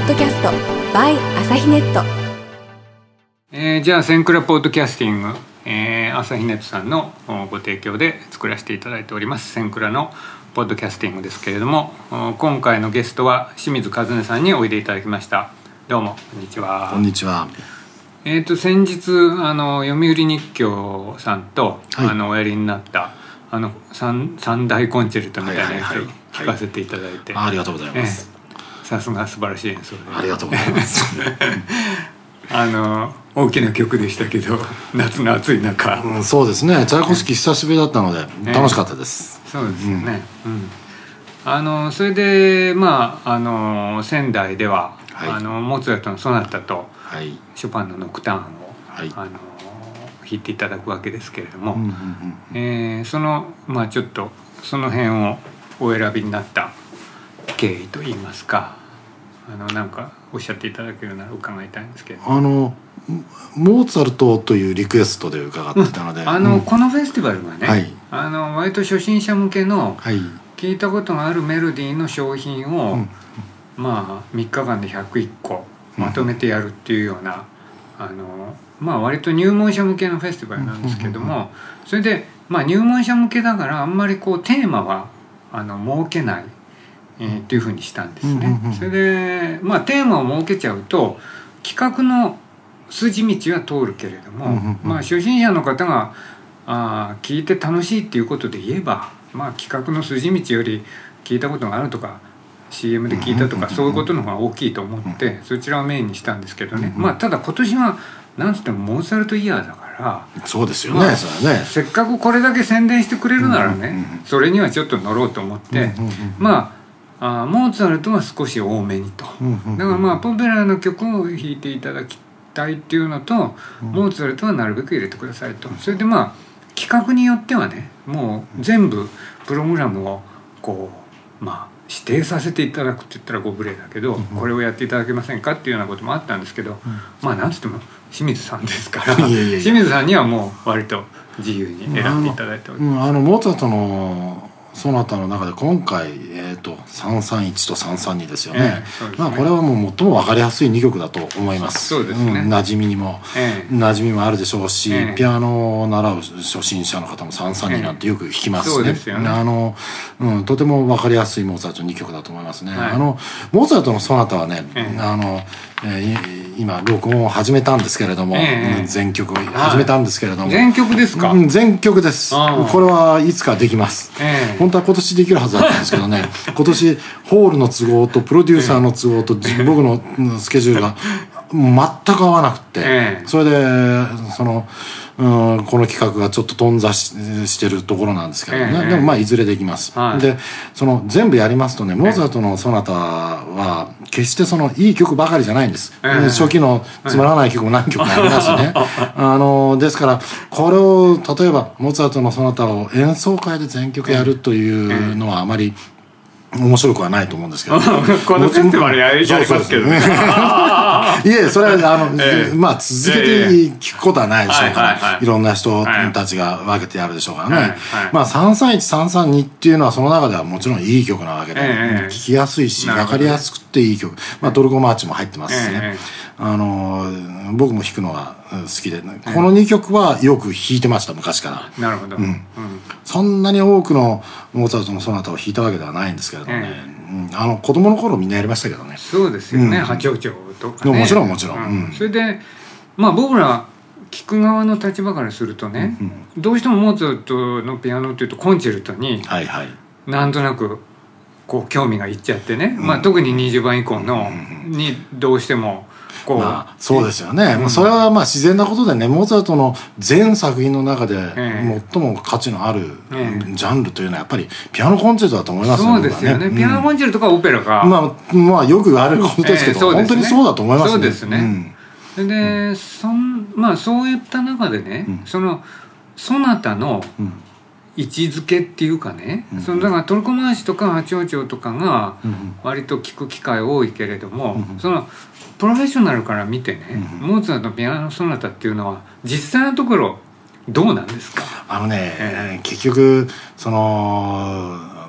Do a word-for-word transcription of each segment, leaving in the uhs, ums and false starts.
ッドキャスト by 朝日ネット。 えー、じゃあセンクラポッドキャスティング、えー、朝日ネットさんのご提供で作らせていただいておりますセンクラのポッドキャスティングですけれども、今回のゲストは清水和音さんにおいでいただきました。どうもこんにちは。 こんにちは。 えーと先日あの読売日経さんと、はい、あのおやりになったあの 三, 三大コンチェルトみたいなやつを聞かせていただいて、 はいはいはい、ありがとうございます。 さすが素晴らしい演奏でありがとうございますあの大きな曲でしたけど夏の暑い中、 うん、そうですね。チャイコフスキー久しぶりだったので楽しかったです、 えー、そうですよね、うんうん、あのそれでまああの仙台では、はい、あのモーツァルトのソナタと、はい、ショパンのノクターンを、はい、あの弾いていただくわけですけれども、うんうんうん、えー、そのまあちょっとその辺をお選びになった経緯といいますか、あのなんかおっしゃっていただけるなら伺いたいんですけど。 あのモーツァルトというリクエストで伺ってたので、 うん、あの、うん、このフェスティバルがね、はい、あの割と初心者向けの聞いたことがあるメロディーの商品を、うん、まあみっかかんでひゃくいっこまとめてやるっていうような、うん、あのまあ割と入門者向けのフェスティバルなんですけども、それでまあ入門者向けだからあんまりこうテーマはあの設けない、えー、っていうふうにしたんですね。それでまあテーマを設けちゃうと企画の筋道は通るけれども、まあ初心者の方があ聞いて楽しいっていうことで言えば、まあ企画の筋道より聞いたことがあるとか シーエム で聞いたとかそういうことの方が大きいと思ってそちらをメインにしたんですけどね。まあただ今年はなんつってもモーツァルトイヤーだから、 そうですよね、 まあ、 それねせっかくこれだけ宣伝してくれるならね、それにはちょっと乗ろうと思って、まああモーツァルトは少し多めにと、だからまあポピュラーな曲を弾いていただきたいっていうのと、モーツァルトはなるべく入れてくださいと。それでまあ企画によってはね、もう全部プログラムをこうまあ指定させていただくって言ったらご無礼だけど、これをやっていただけませんかっていうようなこともあったんですけど、まあなんつっても清水さんですからいやいやいや清水さんにはもう割と自由に選んでいただいております。 あの、あのモーツァルトのソナタの中で今回、えー、とさんさんいちとさんさんにですよね、えーね、まあ、これはもう最も分かりやすいにきょくだと思います。 そうですね、 うん、馴染みにも、えー、馴染みもあるでしょうし、えー、ピアノを習う初心者の方もさんさんになんてよく弾きますね、えー、そうですよね。あの、うん、とても分かりやすいモーツァルトにきょくだと思いますね、はい、あのモーツァルトのソナタはね、えー、あのえー、今録音を始めたんですけれども、えー、全曲を始めたんですけれども、 全曲ですか？ うん、全曲です。これはいつかできます、えー、本当は今年できるはずだったんですけどね今年ホールの都合とプロデューサーの都合と、えー、僕のスケジュールが全く合わなくて、えー、それでそのうん、この企画がちょっと頓挫 し, してるところなんですけどね、えー、でもまあいずれできます、はい、でその全部やりますとね、モーツァルトのソナタは決してそのいい曲ばかりじゃないんです、えー、初期のつまらない曲も何曲もありますしねあのですからこれを例えばモーツァルトのソナタを演奏会で全曲やるというのはあまり面白くはないと思うんですけどこのフェスティバルやりますけどねいえそれはあの、えー、まあ続けて聞くことはないでしょうから、はいはいはい、いろんな人たちが分けてやるでしょうからね、はいはい、まあさんさんいち、さんさんにっていうのはその中ではもちろんいい曲なわけで、えー、聴きやすいし分かりやすくていい曲、まあトルコマーチも入ってますしね、えー、あの僕も弾くのが好きで、ね、このにきょくはよく弾いてました昔から。 なるほど、うんうん、 そんなに多くのモーツァルトのソナタを弾いたわけではないんですけれどもね、えーうん、あの子供の頃みんなやりましたけどね。 そうですよね、うん、八王朝とかね。 もちろんもちろん、うんうん、それでまあ僕ら聞く側の立場からするとね、うんうん、どうしてもモーツァルトのピアノっていうとコンチェルトになんとなくこう興味がいっちゃってね、うんまあ、特ににじゅうばん以降のにどうしてもこう、 まあ、そうですよね、うん、それはまあ自然なことでね、モーツァルトの全作品の中で最も価値のあるジャンルというのはやっぱりピアノコンチェルトだと思いますね。 そうですよね、うん、ピアノコンチェルトかオペラか、 まあ、まあよく言われることですけど、えーね、本当にそうだと思いますね。 そうですね、うん、で、うん、そんまあそういった中でね、うん、そのソナタの位置づけっていうかね、うん、そのだからトルコ回しとか八王朝とかが割と聞く機会多いけれども、うん、そのプロフェッショナルから見てね、うん、モーツァルトのピアノソナタっていうのは実際のところどうなんですか？ あのね、えー、結局その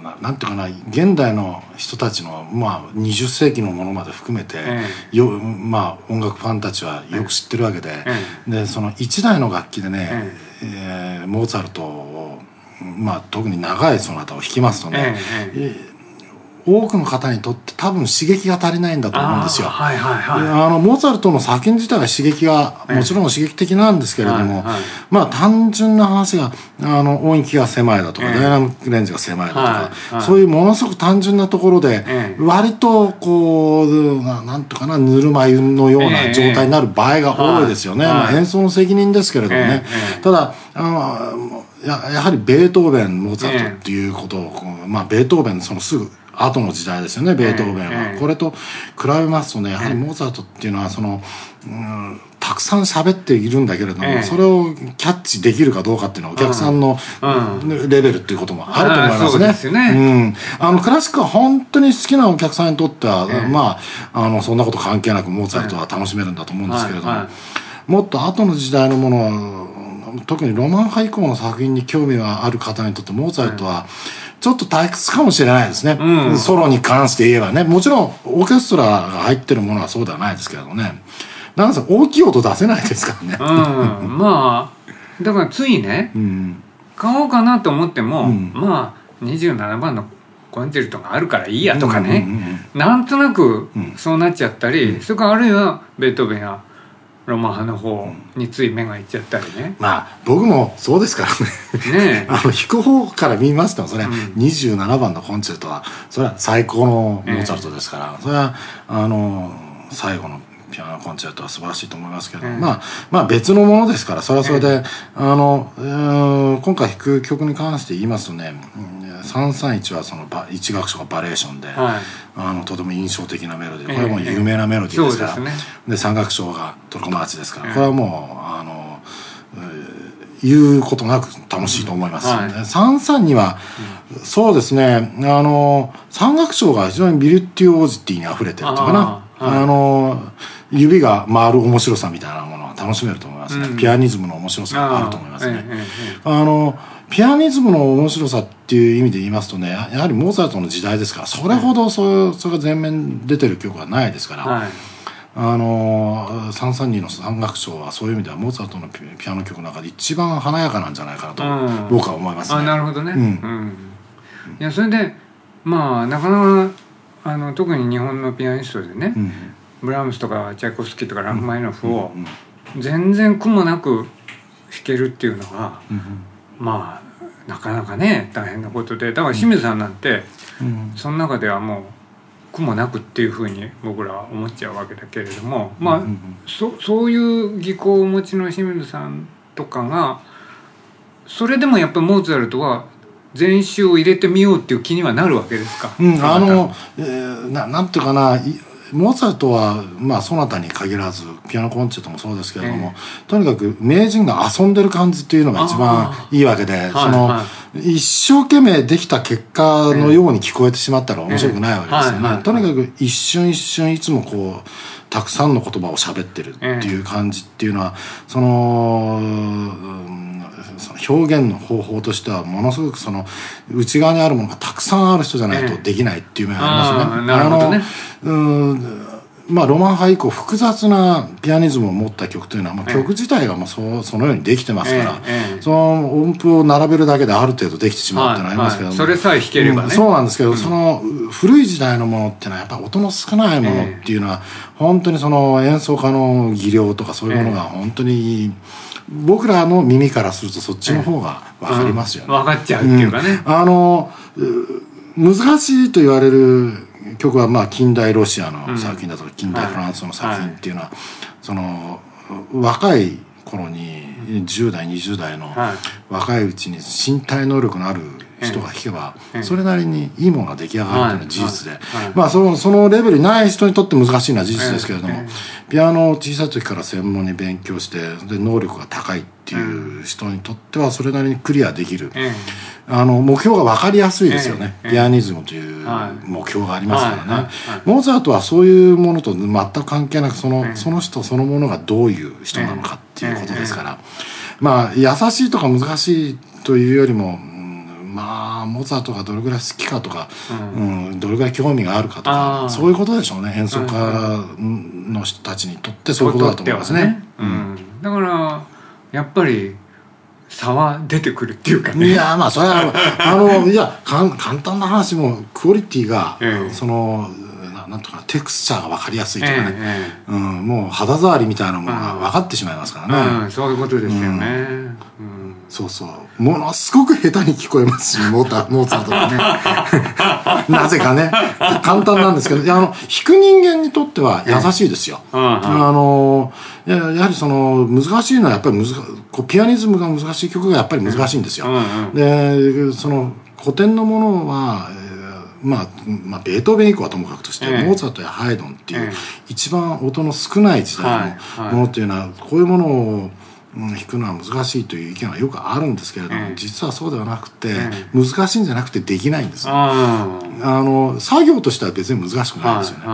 な, なんていうかな現代の人たちの、まあ、にじゅっせいきのものまで含めて、ええよまあ、音楽ファンたちはよく知ってるわけで、ええ、でそのいちだいの楽器でね、えええー、モーツァルトを、まあ、特に長いソナタを弾きますとね、えええ多くの方にとって多分刺激が足りないんだと思うんですよ。 はいはいはい、 あのモーツァルトの作品自体は刺激がもちろん刺激的なんですけれども、はいはい、まあ単純な話があの音域が狭いだとか、えー、ダイナミックレンジが狭いだとか、はいはい、そういうものすごく単純なところで、えー、割とこう な, なんとかなぬるま湯のような状態になる場合が多いですよね。えーはいまあ、演奏の責任ですけれどもね、えー、ただあの や, やはりベートーベンモーツァルトっていうことを、えーまあ、ベートーベンそのすぐ後の時代ですよねベートーベンは、えーえー、これと比べますとねやはりモーツァルトっていうのはその、うん、たくさん喋っているんだけれども、えー、それをキャッチできるかどうかっていうのはお客さんのレベルっていうこともあると思いますね。そうですよね、うん、あのクラシックは本当に好きなお客さんにとっては、えー、まああのそんなこと関係なくモーツァルトは楽しめるんだと思うんですけれども、えーはいはい、もっと後の時代のものは特にロマン派以降の作品に興味がある方にとってモーツァルトは、えーちょっと退屈かもしれないですね、うん、ソロに関して言えばね。もちろんオーケストラが入ってるものはそうではないですけれどもね、なんせ大きい音出せないですからね、 うん、まあだからついね、うん、買おうかなと思っても、うん、まあにじゅうななばんのコンチェルトがあるからいいやとかね、うんうんうんうん、なんとなくそうなっちゃったり、うん、それからあるいはベートーベンやロマン派の方につい目がいっちゃったりね、 まあ僕もそうですからねねあの弾く方から見ますとそれ、うん、にじゅうななばんのコンチェルトはそれは最高のモーツァルトですから、えー、それはあの最後のピアノコンチェルトは素晴らしいと思いますけど、えー、まあまあ別のものですからそれはそれで、えー、あの、えー、今回弾く曲に関して言いますとね、さんさんいちはそのいち楽章がバリエーションで、はい、あのとても印象的なメロディー、これはもう有名なメロディーですから、えーえー で, ね、でさん楽章がトルコマーチですから、えー、これはもうあの、えー、言うことなく楽しいと思います、うんはい、さんさんには、うん、そうですねあのさん楽章が非常にビルテュオージティにあふれてるっていうかな あ,、はい、あの指が回る面白さみたいなものは楽しめると思いますね、うん、ピアニズムの面白さがあると思いますね。あ、えーえー、あのピアニズムの面白さっていう意味で言いますとねやはりモーツァルトの時代ですからそれほどそれが前面に出てる曲はないですから、はい、あのさんさんにのさん楽章はそういう意味ではモーツァルトのピアノ曲の中で一番華やかなんじゃないかなと僕は思いますね。 あ、なるほどね、うんうん、いやそれでまあなかなかあの特に日本のピアニストでね、うん、ブラームスとかチャイコフスキーとかラフマニノフを全然苦もなく弾けるっていうのが、うんうん、まあなかなかね大変なことでだから清水さんなんて、うん、その中ではもう苦もなくっていうふうに僕らは思っちゃうわけだけれどもまあ、うんうん、そ, そういう技巧をお持ちの清水さんとかがそれでもやっぱりモーツァルトは全集を入れてみようっていう気にはなるわけですか。 うん、あの、えー、な, なんていうかなモーツァルトは、まあ、ソナタに限らずピアノコンチェルトもそうですけれども、えー、とにかく名人が遊んでる感じっていうのが一番いいわけでその、はい、一生懸命できた結果のように聞こえてしまったら面白くないわけですよね、えーはいはい、とにかく一瞬一瞬いつもこうたくさんの言葉を喋ってるっていう感じっていうのは、えー、その、うんその表現の方法としてはものすごくその内側にあるものがたくさんある人じゃないとできないっていう面がありますね。 なるほどね。 あのうんまあ、ロマン派以降複雑なピアニズムを持った曲というのは、まあ、曲自体がもう そ, そのようにできてますから、ええ、その音符を並べるだけである程度できてしまうっていうのはありますけども、 はいはい、それさえ弾ければね、 うん、そうなんですけど、うん、その古い時代のものっていうのはやっぱ音の少ないものっていうのは、え、本当にその演奏家の技量とかそういうものが本当に僕らの耳からするとそっちの方が分かりますよね、 うん、分かっちゃうっていうかね、 うん、あの難しいと言われる曲はまあ近代ロシアの作品だとか近代フランスの作品っていうのは、その若い頃にじゅう代にじゅう代の若いうちに身体能力のある人が弾けばそれなりにいいものが出来上がるというのは事実で、まあそのそのレベルない人にとって難しいのは事実ですけれども、ピアノを小さい時から専門に勉強してで能力が高いっていう人にとってはそれなりにクリアできる、あの目標が分かりやすいですよね、ピアニズムという目標がありますからね。モーツァルトはそういうものと全く関係なくその、その人そのものがどういう人なのかっていうことですから、まあ優しいとか難しいというよりもまあモーツァルトがどれぐらい好きかとか、うんうん、どれぐらい興味があるかとかそういうことでしょうね。演奏家の人たちにとってそういうことだと思いますね。ね、うん、 だからやっぱり差は出てくるっていうかね。 いやまあそれはあのいやかん簡単な話もクオリティが、ええ、そのなんとかテクスチャーが分かりやすいとかね、ええうん、もう肌触りみたいなものが分かってしまいますからね、 うんうん、そういうことですよね、うんうん、 そうそうものすごく下手に聞こえますしモーターモーツァルトがねなぜかね簡単なんですけどいやあの弾く人間にとっては優しいですよ、ええ、あのいややはりその難しいのはやっぱり難こうピアニズムが難しい曲がやっぱり難しいんですよ、うんうん、でその古典のものはまあ、まあベートーベン以降はともかくとして、ええ、モーツァルトやハイドンっていう、ええ、一番音の少ない時代のものっていうのは、はいはい、こういうものを、うん、弾くのは難しいという意見はよくあるんですけれども、ええ、実はそうではなくて、ええ、難しいんじゃなくてできないんですよ。あの作業としては別に難しくないですよね。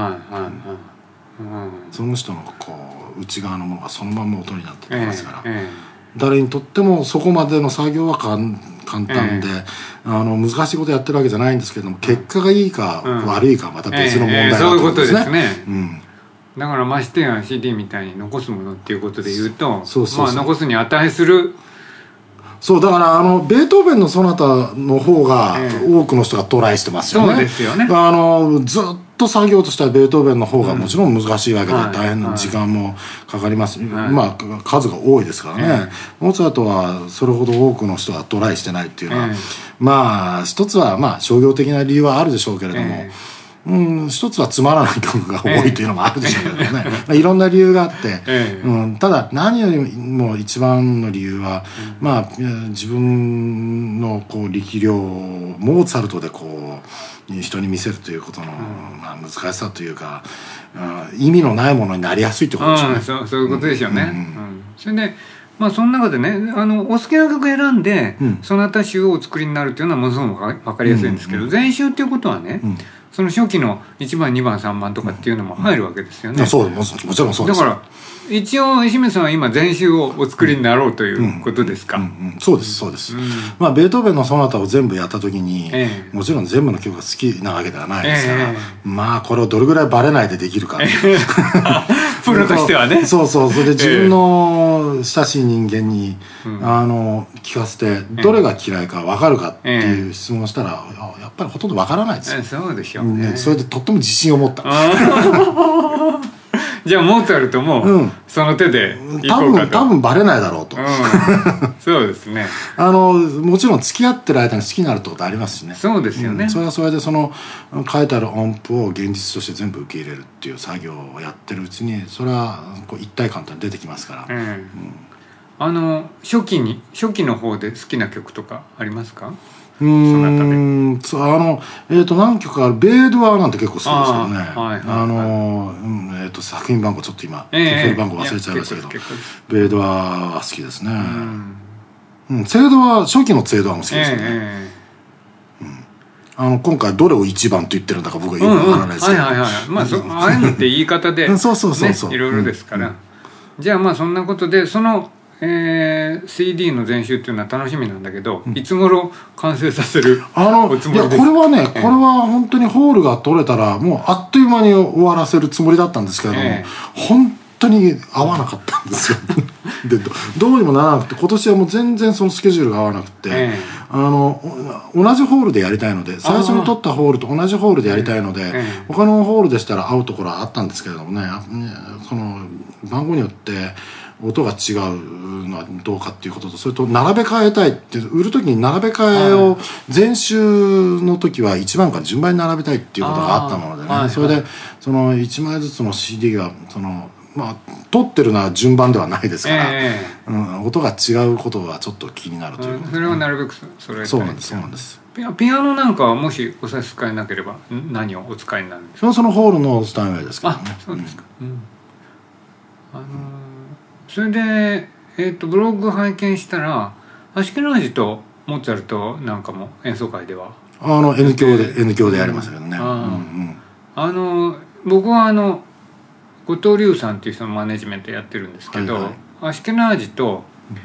その人のこう内側のものがそのまま音になってきますから、ええええ誰にとってもそこまでの作業は簡単で、えー、あの難しいことやってるわけじゃないんですけども、結果がいいか悪いかまた別の問題だと思うんですね。そういうことですね、うん、 だからましてや シーディー みたいに残すものっていうことで言うとそうそうそう、まあ、残すに値するそうだからあのベートーベンのソナタの方が多くの人がトライしてますよね、 そうですよね。 あのずっと作業としてはベートーベンの方がもちろん難しいわけで、うん、大変な時間もかかります、はい、まあ数が多いですからね、はい、モーツァルトはそれほど多くの人がトライしてないっていうのは、はい、まあ一つはまあ商業的な理由はあるでしょうけれども、はいうん、一つはつまらない曲が多いというのもあるでしょうけどね、まあ、いろんな理由があって、ええうん、ただ何よりも一番の理由は、うんまあ、自分のこう力量をモーツァルトでこう人に見せるということの、うんまあ、難しさというか、うん、意味のないものになりやすいということでしょうね、うん、 そう、そういうことでしょうね、うんうん、それでまあその中でねあのお好きな曲選んで、うん、その他集をお作りになるっていうのはものすごく分かりやすいんですけど、うんうん、全集っていうことはね、うんその初期のいちばんにばんさんばんとかっていうのも入るわけですよね、うん、 そうもちろんそうです。 だから一応石目さんは今全集をお作りになろうということですか。 そうですそうです、うんまあ、ベートーベンのソナタを全部やった時に、ええ、もちろん全部の曲が好きなわけではないですから、ええ、まあこれをどれぐらいバレないでできるか、ええ、 プロとしてはねそうそうそれで自分の親しい人間に、ええ、あの聞かせてどれが嫌いか分かるかっていう質問をしたら、ええ、やっぱりほとんど分からないですよ、 ええ、そうでしょうね、 それでとっても自信を持ったじゃあモーツァルトもその手でいこうかと、 多分多分バレないだろうと、うん、 そうですねあのもちろん付き合ってる間に好きになるってことありますしね。 そうですよね、 うん、それはそれでその書いてある音符を現実として全部受け入れるっていう作業をやってるうちにそれはこう一体感と出てきますから、うんうん、 あの初期に初期の方で好きな曲とかありますか。 うーんそうあの、えー、と何曲かあるベードワーなんて結構好きですけどねあ、はいはいはい、あの、うんえー、と作品番号ちょっと今、えー、番号忘れちゃいましたけどベードワーは好きですね、うんうん、ツェードワー初期のツェードワーも好きですよね、えーうん、あの今回どれを一番と言ってるんだか僕はよくわからないですけど、うんうん、はいはいはいまあそああいうのって言い方で、ね、そうそうそうそういろいろですから、うんうん、じゃあまあそんなことでそのえー、シーディー の全集っていうのは楽しみなんだけど、うん、いつ頃完成させるあのいやこれはね、えー、これは本当にホールが取れたらもうあっという間に終わらせるつもりだったんですけれども、えー、本当に合わなかったんですよで ど, どうにもならなくて今年はもう全然そのスケジュールが合わなくて、えー、あの同じホールでやりたいので最初に取ったホールと同じホールでやりたいので、えー、他のホールでしたら合うところはあったんですけれどもねその番号によって音が違うのはどうかっていうこととそれと並べ替えたいって売る時に並べ替えを前週の時はいちばんから順番に並べたいっていうことがあったものでねそれでそのいちまいずつの シーディー がそのまあ取ってるのは順番ではないですから、えーうん、音が違うことがちょっと気になるということ、 それをなるべくそれそうなんですそうなんですピア、ピアノなんかはもしお差し支えなければ何をお使いになるんですか。 それはそのホールのスタインウェイですけどね。 あそうですか、うんうん、あのーそれで、えー、とブログ拝見したらアシュケナージとモーツァルトなんかも演奏会ではあの N 響で N 響でやりましたけどね、うんあ,、うんうん、 あの僕はあの後藤龍さんっていう人のマネジメントやってるんですけど、はいはい、アシュケナージと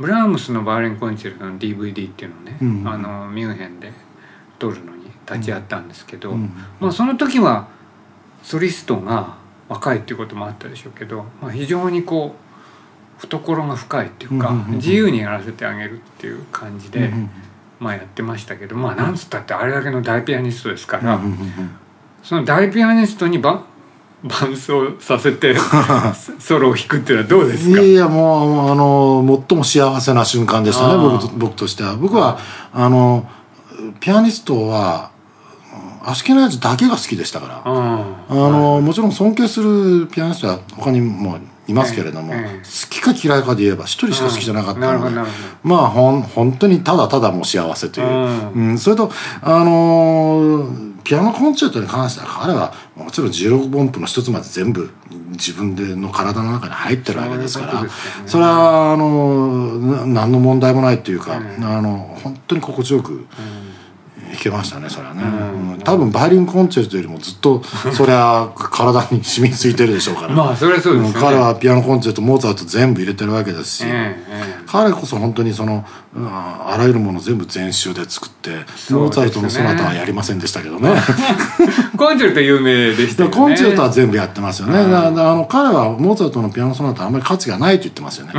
ブラームスのバーレンコンチェルトの ディーブイディー っていうのをね、うん、あのミュンヘンで撮るのに立ち会ったんですけど、うん、まあ、その時はソリストが若いっていうこともあったでしょうけど、まあ、非常にこう懐が深いっていうか、うんうんうん、自由にやらせてあげるっていう感じで、うんうん、まあ、やってましたけど、まあ、なんつったってあれだけの大ピアニストですから、うんうんうん、その大ピアニストにば伴奏させてソロを弾くっていうのはどうですか？ いやもうあの最も幸せな瞬間でしたね、僕と、僕としては。僕はあのピアニストはアシュケナージだけが好きでしたから、あの、はい、もちろん尊敬するピアニストは他にもいますけれども、ええ、好きか嫌いかで言えば一人しか好きじゃなかったので、まあほん本当にただただもう幸せという、うん、それとあのーピアノコンチェルトに関しては彼はもちろんじゅうろくおんぷの一つまで全部自分での体の中に入ってるわけですから、 そういうことですよね。それはあの何の問題もないっていうか、うん、あの本当に心地よく弾けましたね、それはね、うんうん、多分バイオリンコンチェルトよりもずっとそれは体に染みついてるでしょうからまあそれはそうですよね。 彼はピアノコンチェルトモーツァルト全部入れてるわけですし、えーえー、彼こそ本当にその、うん、あらゆるもの全部全集で作って、ね、モーツァルトのソナタはやりませんでしたけどねコンチェルト有名でしたよね。 コンチェルトは全部やってますよね、うん、だだあの彼はモーツァルトのピアノソナタはあんまり価値がないと言ってますよね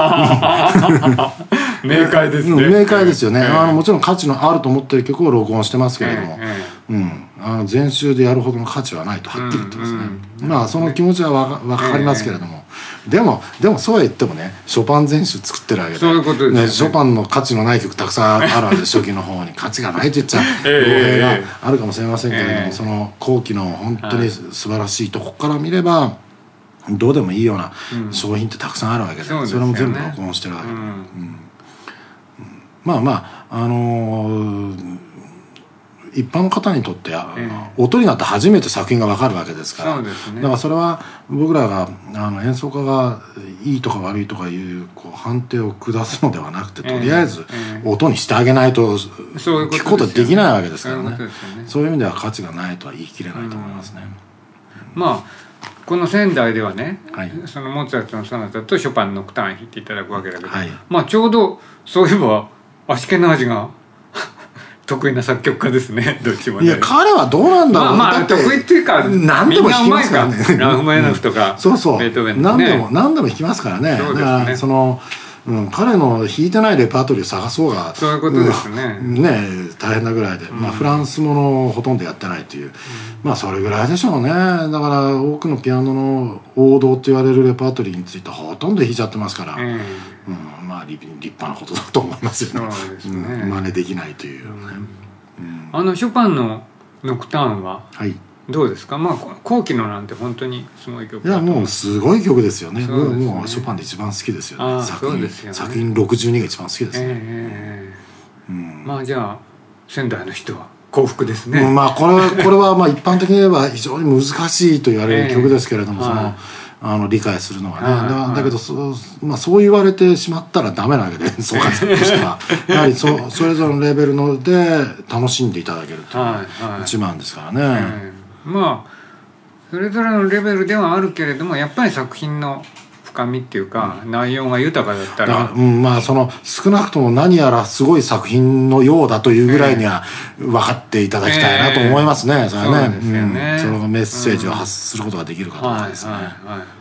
明快ですね。 明快ですよね、えー、あのもちろん価値のあると思ってる曲を録音してますけれども、えーえーうん、あの全集でやるほどの価値はないとはっきり言ってますね、うんうん、まあその気持ちはわか、わかりますけれども、えー、でもでもそうは言ってもねショパン全集作ってるわけで、 そういうことですね。 ね、ショパンの価値のない曲たくさんあるわけで初期の方に価値がないと言っちゃ語弊があるかもしれませんけれども、えー、その後期の本当に素晴らしいとこから見ればどうでもいいような商品ってたくさんあるわけで、うん、そ, でそれも全部録音してるわけで、うんうん、まあまああのー、一般の方にとって、えー、音になって初めて作品が分かるわけですから、 そうですね、 だからそれは僕らがあの演奏家がいいとか悪いとかいう、こう判定を下すのではなくて、とりあえず音にしてあげないと聞くことはできないわけですからね。そういう意味では価値がないとは言い切れないと思いますね、 うん、まあこの仙台ではね、はい、そのモーツァルトのソナタとショパンのノクターン弾いていただくわけだけど、はい、まあちょうどそういえばアシュケナージが得意な作曲家ですね、どっちもね。 いや彼はどうなんだろう、 まあ、まあ得意っていうか何でも弾きますからね。 ラフマニノフとか、 うん、そうそうベートーベンとか、 ね、何でも何でも弾きますからね。そうですね。だからそのうん、彼の弾いてないレパートリーを探そうがそういうことですね、 うん、ね大変なぐらいで、うん、まあ、フランスものほとんどやってないという、うん、まあそれぐらいでしょうね。だから多くのピアノの王道と言われるレパートリーについてほとんど弾いちゃってますから、うんうん、まあ立派なことだと思いますよね。そうですね、うん、真似できないという、うんうん、 あのショパンのノクターンは、はい、どうですか？まあ後期のなんて本当にすごい曲だと。 いやもうすごい曲ですよ ね, もう, もうショパンで一番好きですよね。作品、ですよね、作品ろくじゅうにが一番好きですね、えーうん、まあじゃあ仙台の人は幸福ですね、 うん、まあこれはこれはまあ一般的に言えば非常に難しいと言われる曲ですけれども、えー、その、はい、あの理解するのがね、はい、だ, だけど そ,、まあ、そう言われてしまったらダメなわけで演奏家としてはやはり そ, それぞれのレベルので楽しんでいただけるというのが一番ですからね、はいはい、えー、まあそれぞれのレベルではあるけれどもやっぱり作品の深みっていうか、うん、内容が豊かだったら、 うん、まあその少なくとも何やらすごい作品のようだというぐらいには分かっていただきたいなと思いますね、えー、それはね、そうですよね、うん、そのメッセージを発することができるかどうかですね、うん、はいはいはい、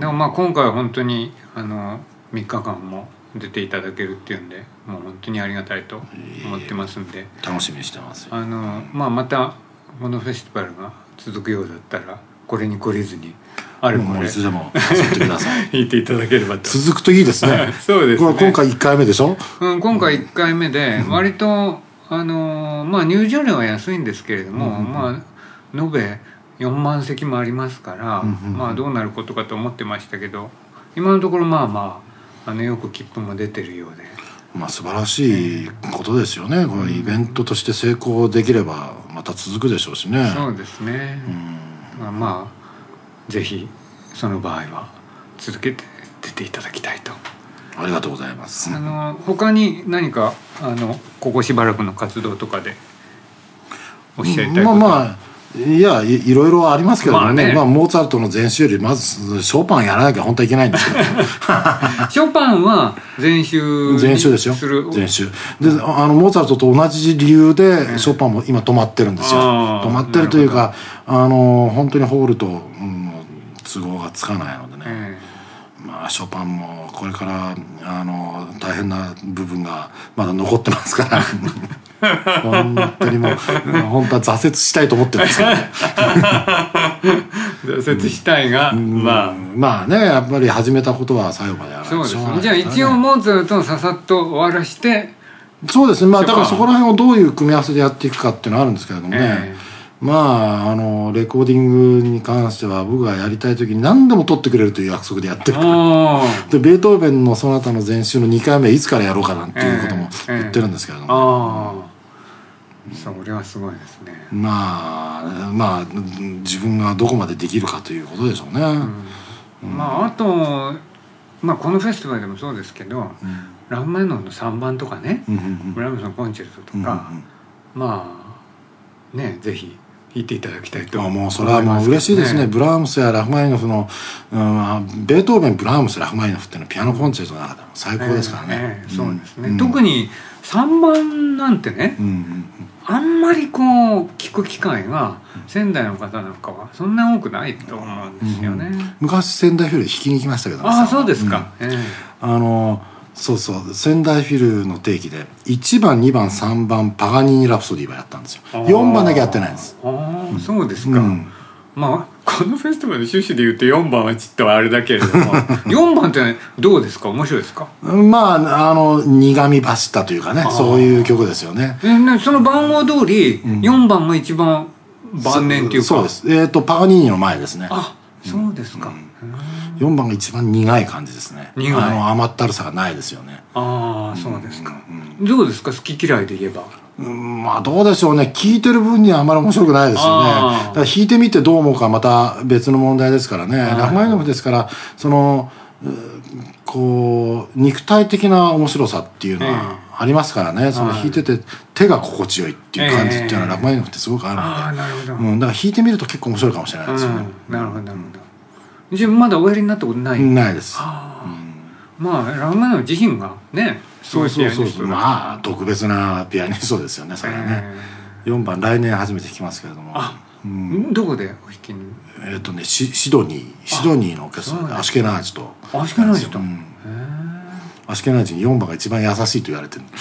でもまあ今回は本当にあのみっかかんも出ていただけるっていうんでもう本当にありがたいと思ってますんで、 えー、楽しみにしてますよ。 あの、まあ、またこのフェスティバルが続くようだったらこれに懲りずにあれももういつでも誘ってください弾いていただければと。 続くといいですねそうですね、 今回いっかいめでしょ、 うん、今回いっかいめで割とあのまあ入場料は安いんですけれども、うんうん、まあ延べよんまんせきもありますから、うんうん、まあどうなることかと思ってましたけど今のところまあまあ、あのよく切符も出てるようで、 まあ素晴らしいことですよね、うん、このイベントとして成功できればまた続くでしょうしね。 そうですね、うん、まあ、まあぜひその場合は続けて出ていただきたいと。 ありがとうございます。 あの他に何かあのここしばらくの活動とかでおっしゃりたいことは、 まあまあいや い, いろいろありますけどね、まあね、まあ、モーツァルトの全集よりまずショパンやらなきゃ本当はいけないんですけどショパンは全集全集ですよ全集で、あのモーツァルトと同じ理由でショパンも今止まってるんですよ、止まってるというかあの本当にホールと、うん、都合がつかないのでね、まあショパンもこれからあの大変な部分がまだ残ってますから本当にもう本当は挫折したいと思ってるんですけどね挫折したいが、うん、まあまあねやっぱり始めたことは最後までやらないとしょうがないですからね。 じゃあ一応モーツァルトをささっと終わらしてそうですね、まあだからそこら辺をどういう組み合わせでやっていくかっていうのはあるんですけれどもね、えー、まああのレコーディングに関しては僕がやりたい時に何でも撮ってくれるという約束でやってるからでベートーベンのソナタの全集のにかいめいつからやろうかなんていうことも言ってるんですけれども、えーえー、あそれはすごいですね。 まあまあ自分がどこまでできるかということでしょうね、うんうん、まああと、まあ、このフェスティバルでもそうですけど、うん、ラフマニノフのさんばんとかね、うんうんうん、ブラームスのコンチェルトとか、うんうん、まあねぜひ弾いていただきたいと思いますけどね。 もうそれはもう嬉しいですね。ブラームスやラフマニノフの、うん、ベートーベンブラームスラフマニノフっていうのはピアノコンチェルトの中でも最高ですからね、 えーえー、そうですね、うん、特にさんばんなんてね、うんうんうん、あんまりこう聴く機会が仙台の方なんかはそんな多くないと思うんですよね、うんうん、 昔仙台フィル弾きに行きましたけどね。 ああそうですか、うんえー、 あのそうそう仙台フィルの定期でいちばんにばんさんばんパガニーニラプソディはやったんですよ。よんばんだけやってないんです。 ああ、うん、そうですか、うん、まあこのフェスティバルの趣旨で言うとよんばんはちょっとあれだけれどもよんばんってどうですか、面白いですか。 まああの苦み走ったというかね、そういう曲ですよね。 えねその番号通りよんばんが一番晩年っていうか、 そうです。えっとパガニーニの前ですね。 あ、そうですか、 うん、よんばんが一番苦い感じですね。苦い、あの甘ったるさがないですよね。 ああそうですか、うん、どうですか好き嫌いで言えば。 うん、まあどうでしょうね、聴いてる分にはあんまり面白くないですよね。だから弾いてみてどう思うかまた別の問題ですからね。ラフマニノフですからそのこう肉体的な面白さっていうのはありますからね、えー、その弾いてて手が心地よいっていう感じっていうのはラフマニノフってすごくあるので、えー、あなるほど、うん、だから弾いてみると結構面白いかもしれないですよね、 うん、なるほどなるほど。じゃあまだおやりになったことない。 ないです。 あ、うん、まあラフマニノフ自身がねそうそうそうそう、まあ特別なピアニストですよねそれはね、えー、よんばん来年初めて弾きますけれども。 あ、うん、どこでお弾きに。 えっとねシシドニーシドニーのオーケストラでアシュケナージとアシュケナージと、うん、 アシュケナージによんばんが一番優しいと言われてる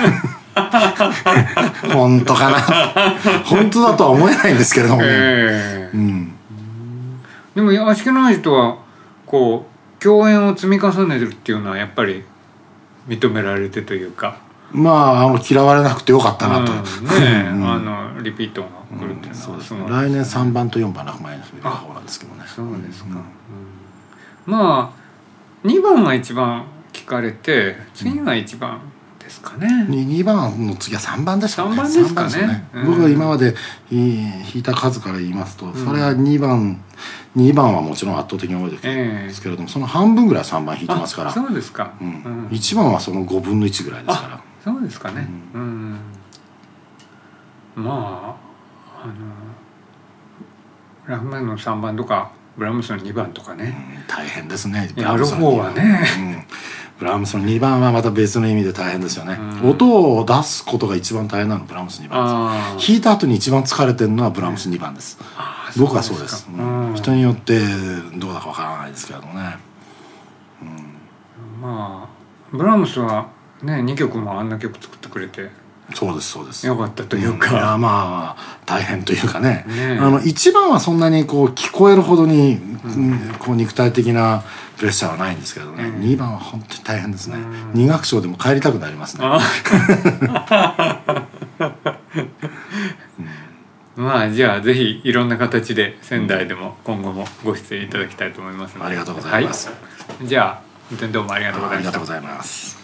本当かな本当だとは思えないんですけれどもね、えーうん、 でもアシュケナージとはこう共演を積み重ねるっていうのはやっぱり認められてというか、 まあ、あの嫌われなくてよかったなと、うん、 ねえ、うん、あのリピートが来るっていうのは、うん、そうですね。 来年さんばんとよんばんラフマニノフの方なんですけどね。 そうですか、うんうん、まあにばんが一番聞かれて次が一番ですかね、 うん、にばんの次はさんばんでしたね。 さんばんですかね、ね、 うん、僕が今まで弾いた数から言いますと、うん、それはにばんにばんはもちろん圧倒的に多いですけれども、えー、その半分ぐらいさんばん弾いてますから。 そうですか、 うんうん、いちばんはそのごぶんのいちぐらいですから。 そうですかね、うん、うん、まああのラフマニノフのさんばんとかブラームスのにばんとかね、 うん、大変ですね。 やる方はね、 うん、ブラームスのにばんはまた別の意味で大変ですよね、うん、音を出すことが一番大変なのはブラームスにばんです。弾いた後に一番疲れてるのはブラームスにばんです、うん、僕はそうです、うん、人によってどうだかわからないですけれどもね、 うん、まあブラームスはねにきょくもあんな曲作ってくれてそうですそうです、 よかったというか、 うん、いやまあ大変というか ね, ねあのいちばんはそんなにこう聞こえるほどに、うん、こう肉体的なプレッシャーはないんですけどね、うん、にばんは本当に大変ですね、うん、に楽章でも帰りたくなりますねうん、まあじゃあぜひいろんな形で仙台でも今後もご出演いただきたいと思いますので、 ありがとうございます、 はい、じゃあ本当にどうもありがとうございました。 ありがとうございます。